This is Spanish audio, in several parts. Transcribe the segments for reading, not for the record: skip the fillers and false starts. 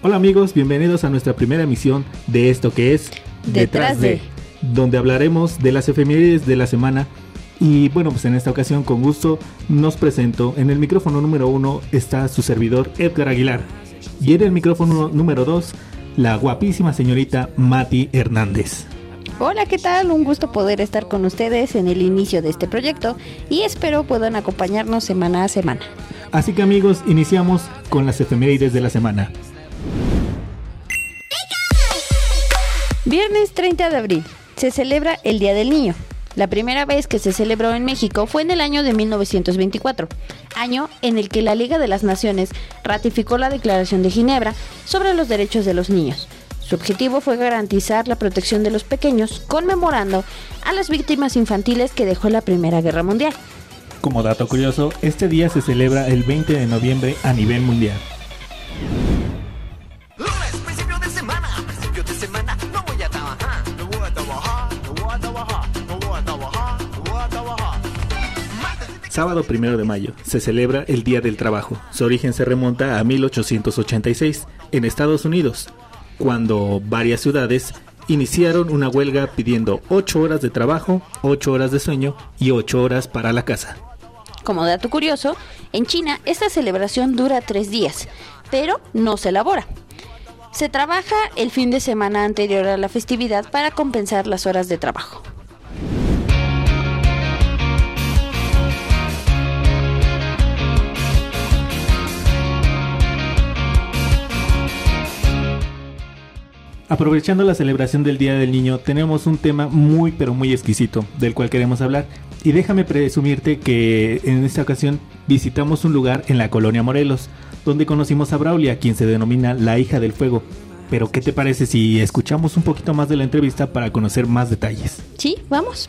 Hola amigos, bienvenidos a nuestra primera emisión de esto que es Detrás de, donde hablaremos de las efemérides de la semana. Y bueno, pues en esta ocasión con gusto nos presento. En el micrófono número 1 está su servidor Edgar Aguilar. Y en el micrófono número 2, la guapísima señorita Mati Hernández. Hola, ¿qué tal? Un gusto poder estar con ustedes en el inicio de este proyecto y espero puedan acompañarnos semana a semana. Así que amigos, iniciamos con las efemérides de la semana. Viernes 30 de abril se celebra el Día del Niño. La primera vez que se celebró en México fue en el año de 1924, año en el que la Liga de las Naciones ratificó la Declaración de Ginebra sobre los derechos de los niños. Su objetivo fue garantizar la protección de los pequeños, conmemorando a las víctimas infantiles que dejó la Primera Guerra Mundial. Como dato curioso, este día se celebra el 20 de noviembre a nivel mundial. Sábado 1 de mayo, se celebra el Día del Trabajo. Su origen se remonta a 1886, en Estados Unidos, cuando varias ciudades iniciaron una huelga pidiendo 8 horas de trabajo, 8 horas de sueño y 8 horas para la casa. Como dato curioso, en China esta celebración dura 3 días, pero no se elabora. Se trabaja el fin de semana anterior a la festividad para compensar las horas de trabajo. Aprovechando la celebración del Día del Niño, tenemos un tema muy pero muy exquisito del cual queremos hablar. Y déjame presumirte que en esta ocasión visitamos un lugar en la colonia Morelos, donde conocimos a Braulia, quien se denomina la hija del fuego. Pero ¿qué te parece si escuchamos un poquito más de la entrevista para conocer más detalles? Sí, vamos.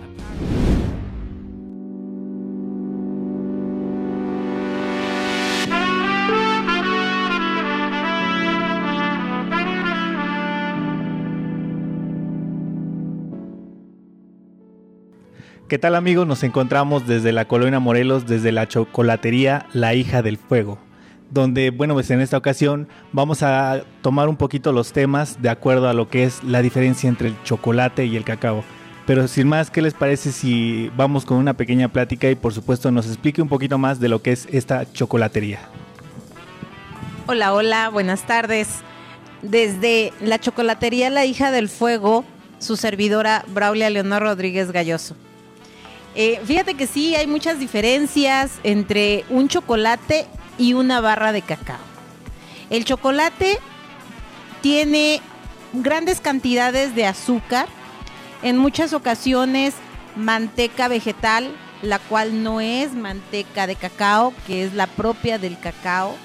¿Qué tal amigos? Nos encontramos desde la colonia Morelos, desde la chocolatería La Hija del Fuego, donde, bueno, pues en esta ocasión vamos a tomar un poquito los temas de acuerdo a lo que es la diferencia entre el chocolate y el cacao. Pero sin más, ¿qué les parece si vamos con una pequeña plática y por supuesto nos explique un poquito más de lo que es esta chocolatería? Hola, buenas tardes. Desde la chocolatería La Hija del Fuego, su servidora Braulia Leonor Rodríguez Galloso. Fíjate que sí, hay muchas diferencias entre un chocolate y una barra de cacao. El chocolate tiene grandes cantidades de azúcar, en muchas ocasiones manteca vegetal, la cual no es manteca de cacao, que es la propia del cacao.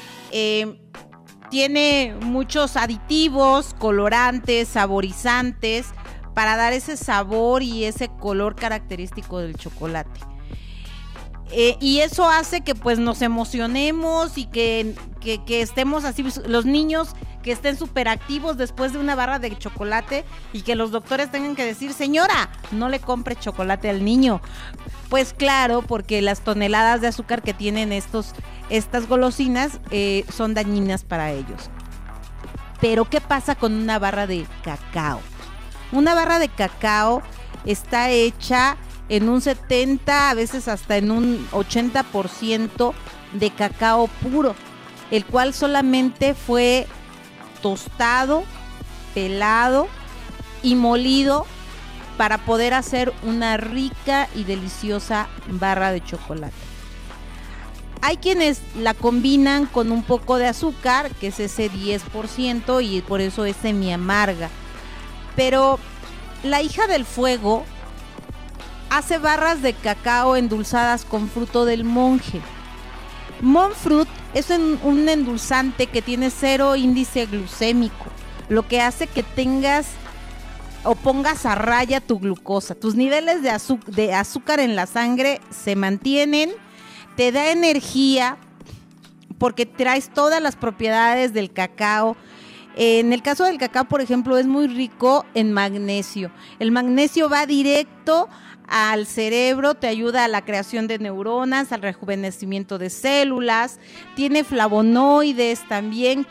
Tiene muchos aditivos, colorantes, saborizantes, para dar ese sabor y ese color característico del chocolate. Y eso hace que pues nos emocionemos y que estemos así, los niños que estén súper activos después de una barra de chocolate y que los doctores tengan que decir, señora, no le compre chocolate al niño. Pues claro, porque las toneladas de azúcar que tienen estas golosinas son dañinas para ellos. Pero ¿qué pasa con una barra de cacao? Una barra de cacao está hecha en un 70, a veces hasta en un 80% de cacao puro, el cual solamente fue tostado, pelado y molido para poder hacer una rica y deliciosa barra de chocolate. Hay quienes la combinan con un poco de azúcar, que es ese 10%, y por eso es semi amarga. Pero la Hija del Fuego hace barras de cacao endulzadas con fruto del monje. Monk Fruit es un endulzante que tiene 0 índice glucémico, lo que hace que tengas o pongas a raya tu glucosa. Tus niveles de azúcar en la sangre se mantienen, te da energía porque traes todas las propiedades del cacao. En el caso del cacao, por ejemplo, es muy rico en magnesio. El magnesio va directo al cerebro, te ayuda a la creación de neuronas, al rejuvenecimiento de células. Tiene flavonoides también que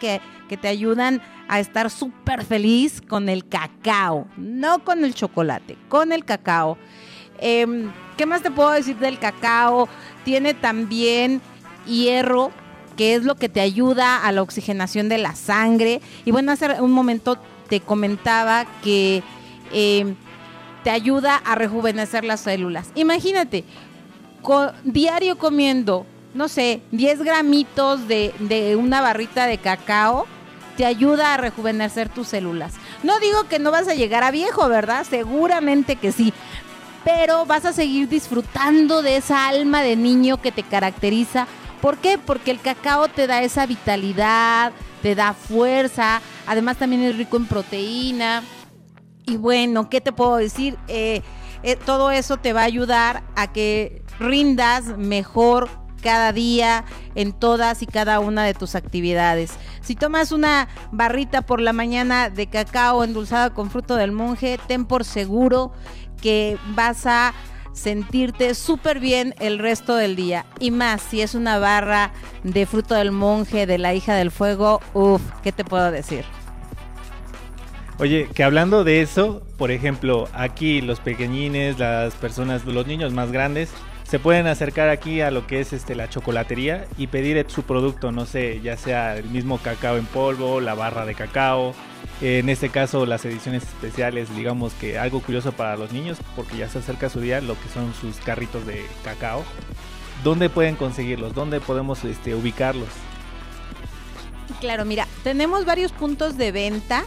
que te ayudan a estar súper feliz con el cacao, no con el chocolate, con el cacao. ¿Qué más te puedo decir del cacao? Tiene también hierro, que es lo que te ayuda a la oxigenación de la sangre. Y bueno, hace un momento te comentaba que te ayuda a rejuvenecer las células. Imagínate, diario comiendo, no sé, 10 gramitos de una barrita de cacao, te ayuda a rejuvenecer tus células. No digo que no vas a llegar a viejo, ¿verdad? Seguramente que sí. Pero vas a seguir disfrutando de esa alma de niño que te caracteriza. ¿Por qué? Porque el cacao te da esa vitalidad, te da fuerza, además también es rico en proteína. Y bueno, ¿qué te puedo decir? Todo eso te va a ayudar a que rindas mejor cada día en todas y cada una de tus actividades. Si tomas una barrita por la mañana de cacao endulzada con fruto del monje, ten por seguro que vas a sentirte súper bien el resto del día. Y más, si es una barra de fruto del monje, de la hija del fuego, ¿qué te puedo decir? Oye, que hablando de eso, por ejemplo, aquí los pequeñines, las personas, los niños más grandes, se pueden acercar aquí a lo que es la chocolatería y pedir su producto, no sé, ya sea el mismo cacao en polvo, la barra de cacao, en este caso las ediciones especiales, digamos que algo curioso para los niños, porque ya se acerca su día, lo que son sus carritos de cacao. ¿Dónde pueden conseguirlos? ¿Dónde podemos ubicarlos? Claro, mira, tenemos varios puntos de venta,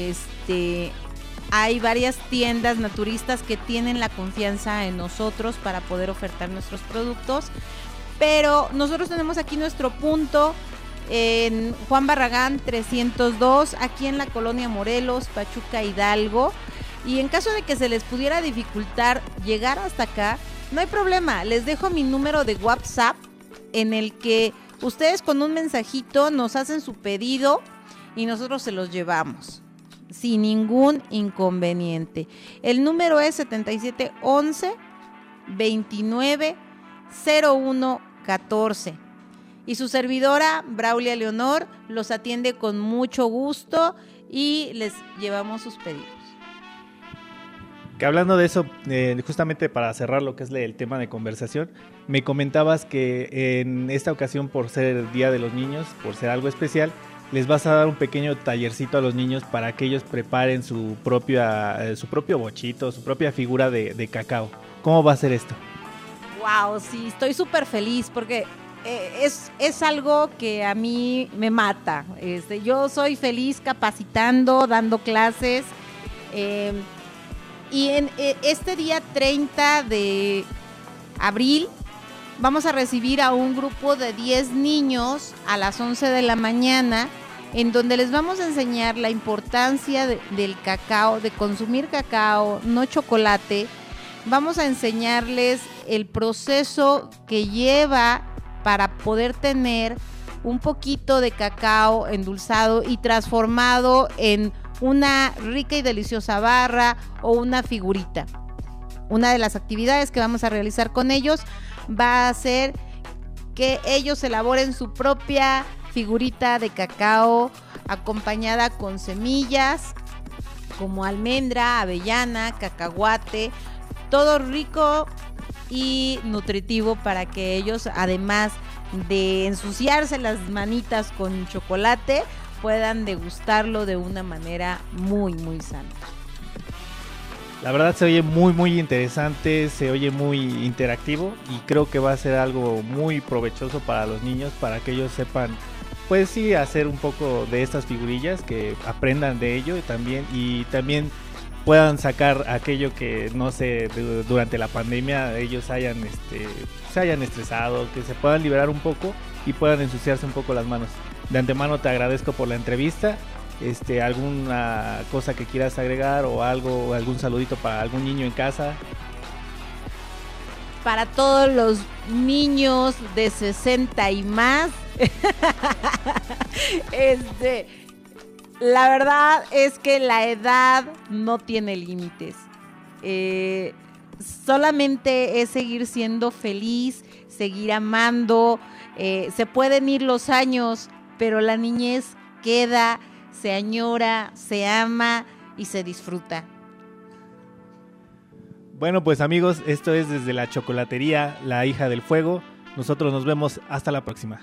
hay varias tiendas naturistas que tienen la confianza en nosotros para poder ofertar nuestros productos, pero nosotros tenemos aquí nuestro punto en Juan Barragán 302, aquí en la colonia Morelos, Pachuca, Hidalgo, y en caso de que se les pudiera dificultar llegar hasta acá, no hay problema, les dejo mi número de WhatsApp en el que ustedes con un mensajito nos hacen su pedido y nosotros se los llevamos sin ningún inconveniente. El número es 7711 29 01 14 y su servidora Braulia Leonor los atiende con mucho gusto y les llevamos sus pedidos. Que hablando de eso, justamente para cerrar lo que es el tema de conversación, me comentabas que en esta ocasión, por ser el Día de los Niños, por ser algo especial, les vas a dar un pequeño tallercito a los niños para que ellos preparen su propio bochito, su propia figura de cacao. ¿Cómo va a ser esto? Wow, sí, estoy súper feliz porque es algo que a mí me mata. Yo soy feliz capacitando, dando clases. Y en este día 30 de abril vamos a recibir a un grupo de 10 niños a las 11 de la mañana, en donde les vamos a enseñar la importancia del cacao, de consumir cacao, no chocolate. Vamos a enseñarles el proceso que lleva para poder tener un poquito de cacao endulzado y transformado en una rica y deliciosa barra o una figurita. Una de las actividades que vamos a realizar con ellos va a ser que ellos elaboren su propia figurita de cacao acompañada con semillas como almendra, avellana, cacahuate, todo rico y nutritivo para que ellos, además de ensuciarse las manitas con chocolate, puedan degustarlo de una manera muy, muy sana. La verdad se oye muy, muy interesante, se oye muy interactivo y creo que va a ser algo muy provechoso para los niños, para que ellos sepan, pues sí, hacer un poco de estas figurillas, que aprendan de ello y también puedan sacar aquello que, no sé, durante la pandemia ellos se hayan estresado, que se puedan liberar un poco y puedan ensuciarse un poco las manos. De antemano te agradezco por la entrevista. ¿Alguna cosa que quieras agregar o algún saludito para algún niño en casa? Para todos los niños de 60 y más, la verdad es que la edad no tiene límites. Solamente es seguir siendo feliz, seguir amando. Se pueden ir los años, pero la niñez queda, se añora, se ama y se disfruta. Bueno, pues amigos, esto es desde la chocolatería La Hija del Fuego. Nosotros nos vemos hasta la próxima.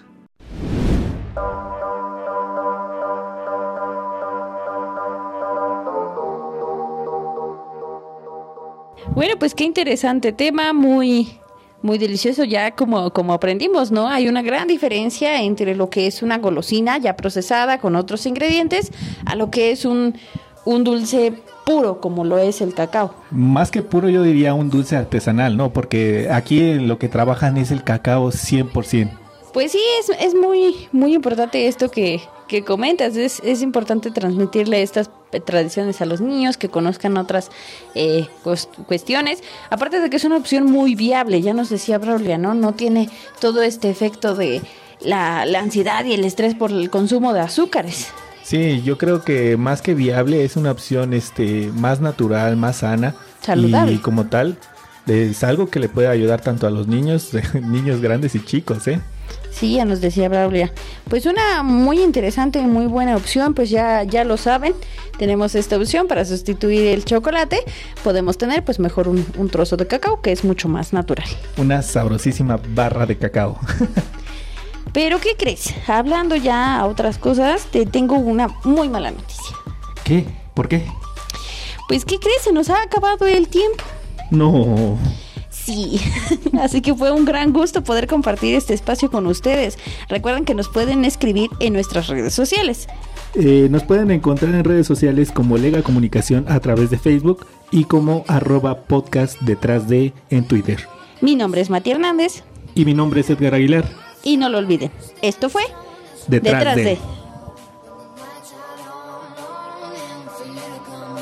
Bueno, pues qué interesante tema, muy delicioso ya como aprendimos, ¿no? Hay una gran diferencia entre lo que es una golosina ya procesada con otros ingredientes a lo que es un dulce puro como lo es el cacao. Más que puro, yo diría un dulce artesanal, ¿no? Porque aquí lo que trabajan es el cacao 100%. Pues sí, es muy importante esto que comentas. Es importante transmitirle estas tradiciones a los niños, que conozcan otras cuestiones. Aparte de que es una opción muy viable, ya nos decía Braulia, ¿no? No tiene todo este efecto de la ansiedad y el estrés por el consumo de azúcares. Sí, yo creo que más que viable es una opción más natural, más sana, saludable. Y como tal es algo que le puede ayudar tanto a los niños, niños grandes y chicos, ¿eh? Sí, ya nos decía Braulia. Pues una muy interesante y muy buena opción, pues ya lo saben. Tenemos esta opción para sustituir el chocolate. Podemos tener pues mejor un trozo de cacao, que es mucho más natural. Una sabrosísima barra de cacao. Pero ¿qué crees? Hablando ya a otras cosas, te tengo una muy mala noticia. ¿Qué? ¿Por qué? Pues ¿qué crees? Se nos ha acabado el tiempo. No. Sí, así que fue un gran gusto poder compartir este espacio con ustedes. Recuerden que nos pueden escribir en nuestras redes sociales. Nos pueden encontrar en redes sociales como Lega Comunicación a través de Facebook y como @podcastdetrásde en Twitter. Mi nombre es Mati Hernández. Y mi nombre es Edgar Aguilar. Y no lo olviden, esto fue Detrás de.